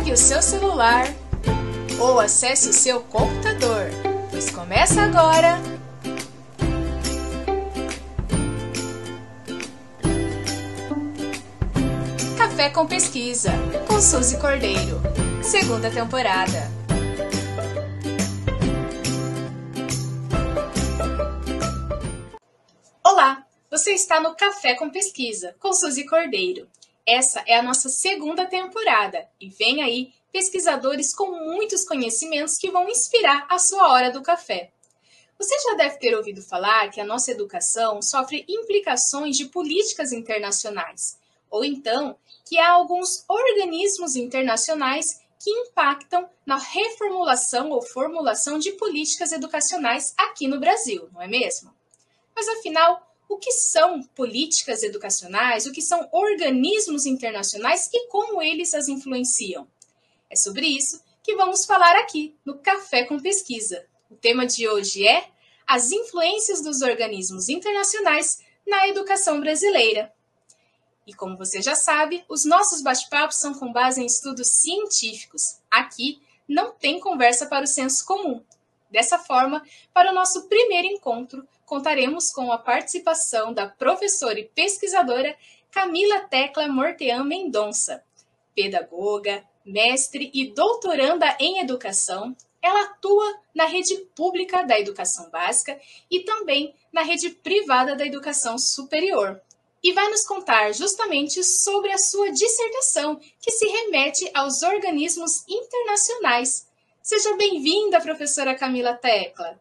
Pegue o seu celular ou acesse o seu computador, pois começa agora Café com Pesquisa, com Suzy Cordeiro, segunda temporada. Olá, você está no Café com Pesquisa, com Suzy Cordeiro. Essa é a nossa segunda temporada e vem aí pesquisadores com muitos conhecimentos que vão inspirar a sua hora do café. Você já deve ter ouvido falar que a nossa educação sofre implicações de políticas internacionais, ou então que há alguns organismos internacionais que impactam na reformulação ou formulação de políticas educacionais aqui no Brasil, não é mesmo? Mas afinal, o que são políticas educacionais, o que são organismos internacionais e como eles as influenciam? É sobre isso que vamos falar aqui no Café com Pesquisa. O tema de hoje é as influências dos organismos internacionais na educação brasileira. E como você já sabe, os nossos bate-papos são com base em estudos científicos. Aqui não tem conversa para o senso comum. Dessa forma, para o nosso primeiro encontro, contaremos com a participação da professora e pesquisadora Camila Tecla Mortean Mendonça. Pedagoga, mestre e doutoranda em educação, ela atua na rede pública da educação básica e também na rede privada da educação superior. E vai nos contar justamente sobre a sua dissertação, que se remete aos organismos internacionais. Seja bem-vinda, professora Camila Tecla.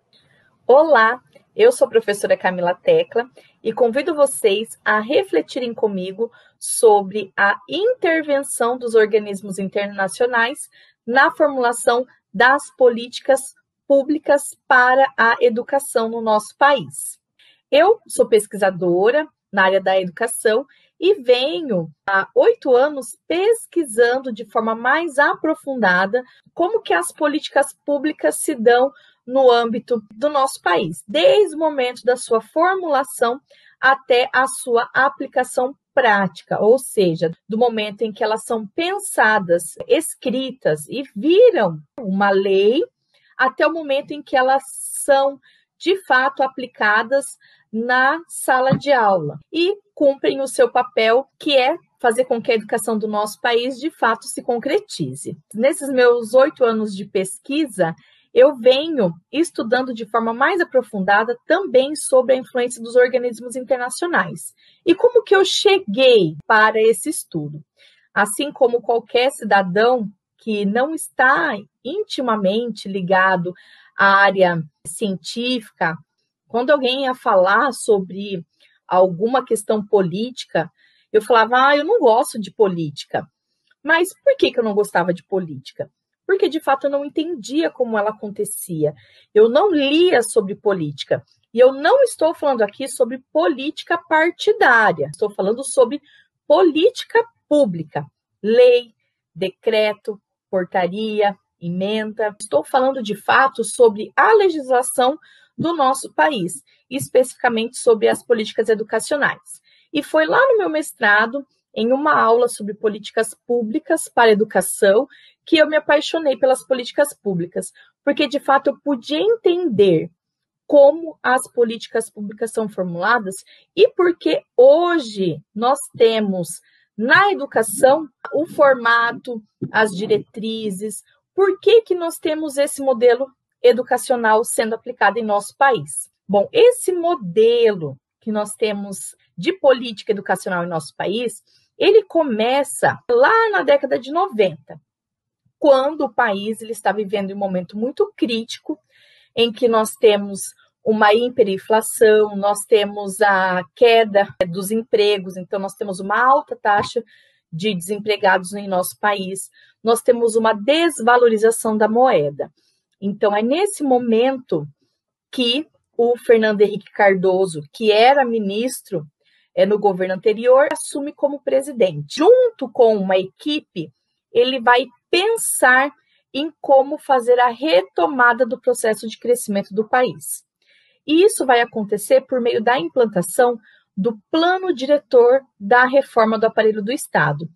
Olá, eu sou a professora Camila Tecla e convido vocês a refletirem comigo sobre a intervenção dos organismos internacionais na formulação das políticas públicas para a educação no nosso país. Eu sou pesquisadora na área da educação e venho há 8 anos pesquisando de forma mais aprofundada como que as políticas públicas se dão no âmbito do nosso país, desde o momento da sua formulação até a sua aplicação prática, ou seja, do momento em que elas são pensadas, escritas e viram uma lei, até o momento em que elas são de fato aplicadas na sala de aula e cumprem o seu papel, que é fazer com que a educação do nosso país de fato se concretize. Nesses meus 8 anos de pesquisa, eu venho estudando de forma mais aprofundada também sobre a influência dos organismos internacionais. E como que eu cheguei para esse estudo? Assim como qualquer cidadão que não está intimamente ligado à área científica, quando alguém ia falar sobre alguma questão política, eu falava, eu não gosto de política. Mas por que eu não gostava de política? Porque, de fato, eu não entendia como ela acontecia. Eu não lia sobre política. E eu não estou falando aqui sobre política partidária. Estou falando sobre política pública. Lei, decreto, portaria, emenda. Estou falando, de fato, sobre a legislação do nosso país, especificamente sobre as políticas educacionais. E foi lá no meu mestrado, em uma aula sobre políticas públicas para a educação, que eu me apaixonei pelas políticas públicas, porque de fato eu podia entender como as políticas públicas são formuladas e porque hoje nós temos na educação o formato, as diretrizes, por que nós temos esse modelo educacional sendo aplicado em nosso país. Bom, esse modelo que nós temos de política educacional em nosso país, ele começa lá na década de 90, quando o país ele está vivendo um momento muito crítico, em que nós temos uma hiperinflação, nós temos a queda dos empregos, então nós temos uma alta taxa de desempregados em nosso país, nós temos uma desvalorização da moeda. Então, é nesse momento que o Fernando Henrique Cardoso, que era ministro no governo anterior, assume como presidente. Junto com uma equipe, ele vai pensar em como fazer a retomada do processo de crescimento do país. E isso vai acontecer por meio da implantação do plano diretor da reforma do aparelho do Estado,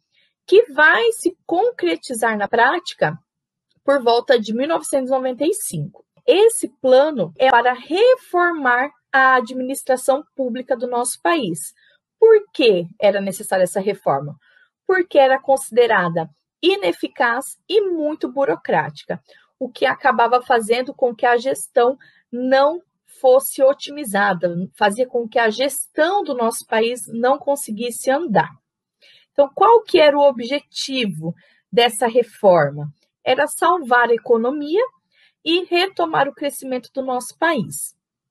que vai se concretizar na prática por volta de 1995. Esse plano é para reformar a administração pública do nosso país. Por que era necessária essa reforma? Porque era considerada ineficaz e muito burocrática, o que acabava fazendo com que a gestão não fosse otimizada, fazia com que a gestão do nosso país não conseguisse andar. Então, qual que era o objetivo dessa reforma? Era salvar a economia e retomar o crescimento do nosso país.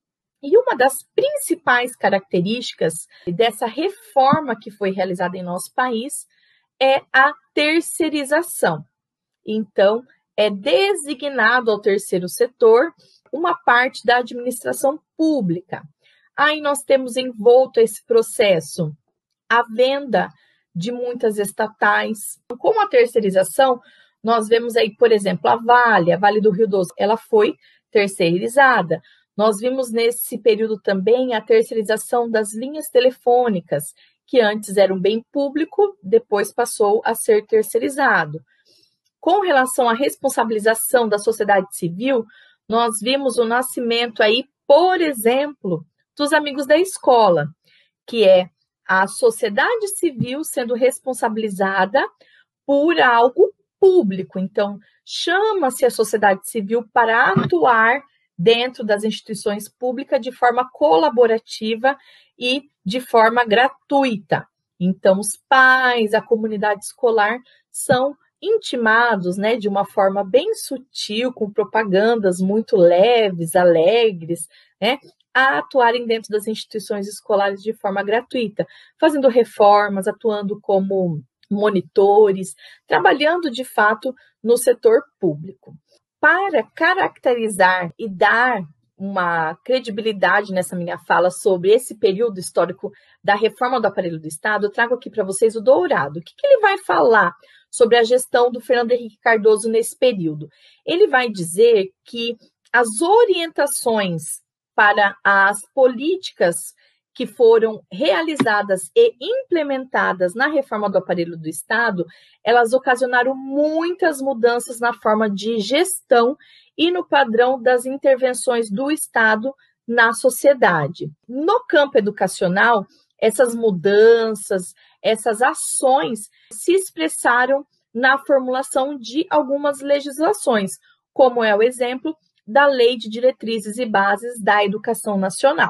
E uma das principais características dessa reforma que foi realizada em nosso país é a terceirização. Então, é designado ao terceiro setor uma parte da administração pública. Aí nós temos envolto esse processo a venda de muitas estatais. Com a terceirização, nós vemos aí, por exemplo, a Vale do Rio Doce, ela foi terceirizada. Nós vimos nesse período também a terceirização das linhas telefônicas, que antes era um bem público, depois passou a ser terceirizado. Com relação à responsabilização da sociedade civil, nós vimos o nascimento aí, por exemplo, dos amigos da escola, que é a sociedade civil sendo responsabilizada por algo público. Então, chama-se a sociedade civil para atuar dentro das instituições públicas de forma colaborativa e de forma gratuita. Então, os pais, a comunidade escolar são intimados, né, de uma forma bem sutil, com propagandas muito leves, alegres, né, a atuarem dentro das instituições escolares de forma gratuita, fazendo reformas, atuando como monitores, trabalhando de fato no setor público. Para caracterizar e dar uma credibilidade nessa minha fala sobre esse período histórico da reforma do aparelho do Estado, eu trago aqui para vocês o Dourado. O que ele vai falar sobre a gestão do Fernando Henrique Cardoso nesse período? Ele vai dizer que as orientações para as políticas que foram realizadas e implementadas na reforma do aparelho do Estado, elas ocasionaram muitas mudanças na forma de gestão e no padrão das intervenções do Estado na sociedade. No campo educacional, essas mudanças, essas ações se expressaram na formulação de algumas legislações, como é o exemplo da Lei de Diretrizes e Bases da Educação Nacional.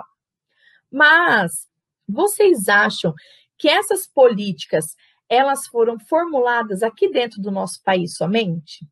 Mas vocês acham que essas políticas elas foram formuladas aqui dentro do nosso país somente?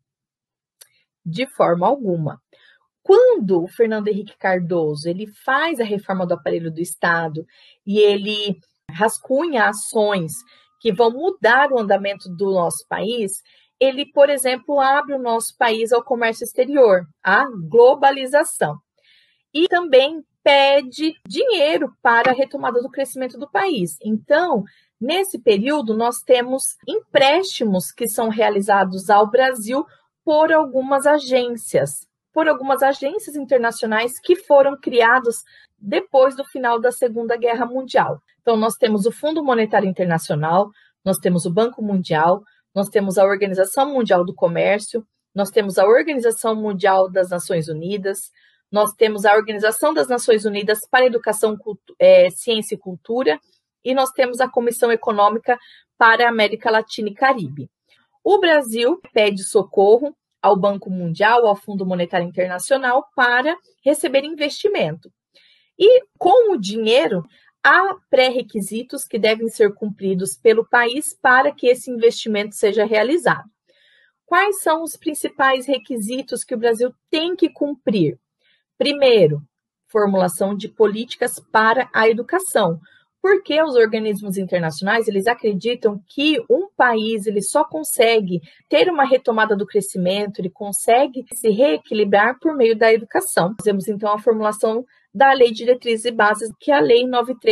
De forma alguma. Quando o Fernando Henrique Cardoso ele faz a reforma do aparelho do Estado e ele rascunha ações que vão mudar o andamento do nosso país, ele, por exemplo, abre o nosso país ao comércio exterior, à globalização. E também pede dinheiro para a retomada do crescimento do país. Então, nesse período, nós temos empréstimos que são realizados ao Brasil por algumas agências internacionais que foram criadas depois do final da Segunda Guerra Mundial. Então, nós temos o Fundo Monetário Internacional, nós temos o Banco Mundial, nós temos a Organização Mundial do Comércio, nós temos a Organização Mundial das Nações Unidas, nós temos a Organização das Nações Unidas para Educação, Ciência e Cultura, e nós temos a Comissão Econômica para a América Latina e Caribe. O Brasil pede socorro ao Banco Mundial, ao Fundo Monetário Internacional, para receber investimento. E com o dinheiro, há pré-requisitos que devem ser cumpridos pelo país para que esse investimento seja realizado. Quais são os principais requisitos que o Brasil tem que cumprir? Primeiro, formulação de políticas para a educação, porque os organismos internacionais eles acreditam que um país ele só consegue ter uma retomada do crescimento, ele consegue se reequilibrar por meio da educação. Temos então a formulação da Lei de Diretrizes e Bases, que é a Lei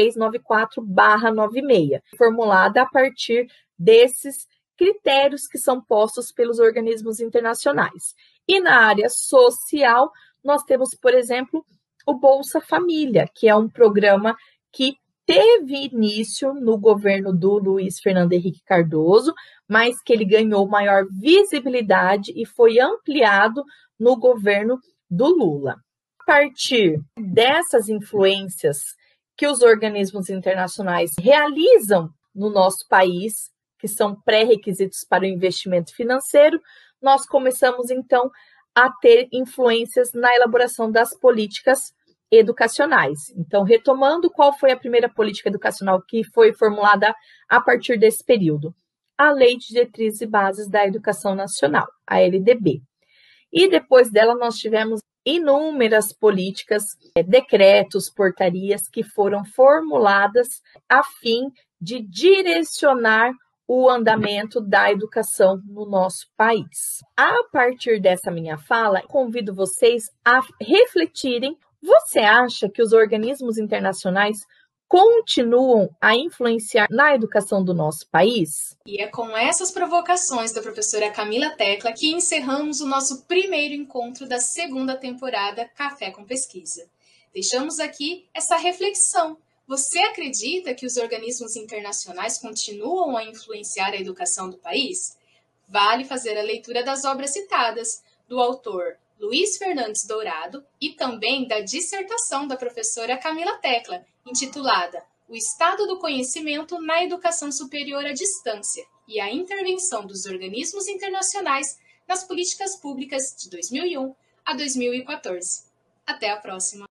9394/96, formulada a partir desses critérios que são postos pelos organismos internacionais. E na área social, nós temos, por exemplo, o Bolsa Família, que é um programa que teve início no governo do Luiz Fernando Henrique Cardoso, mas que ele ganhou maior visibilidade e foi ampliado no governo do Lula. A partir dessas influências que os organismos internacionais realizam no nosso país, que são pré-requisitos para o investimento financeiro, nós começamos, então, a ter influências na elaboração das políticas educacionais. Então, retomando, qual foi a primeira política educacional que foi formulada a partir desse período? A Lei de Diretrizes e Bases da Educação Nacional, a LDB. E depois dela, nós tivemos inúmeras políticas, decretos, portarias que foram formuladas a fim de direcionar o andamento da educação no nosso país. A partir dessa minha fala, convido vocês a refletirem. Você acha que os organismos internacionais continuam a influenciar na educação do nosso país? E é com essas provocações da professora Camila Tecla que encerramos o nosso primeiro encontro da segunda temporada Café com Pesquisa. Deixamos aqui essa reflexão. Você acredita que os organismos internacionais continuam a influenciar a educação do país? Vale fazer a leitura das obras citadas, do autor Luiz Fernandes Dourado e também da dissertação da professora Camila Tecla, intitulada O Estado do Conhecimento na Educação Superior à Distância e a Intervenção dos Organismos Internacionais nas Políticas Públicas de 2001 a 2014. Até a próxima!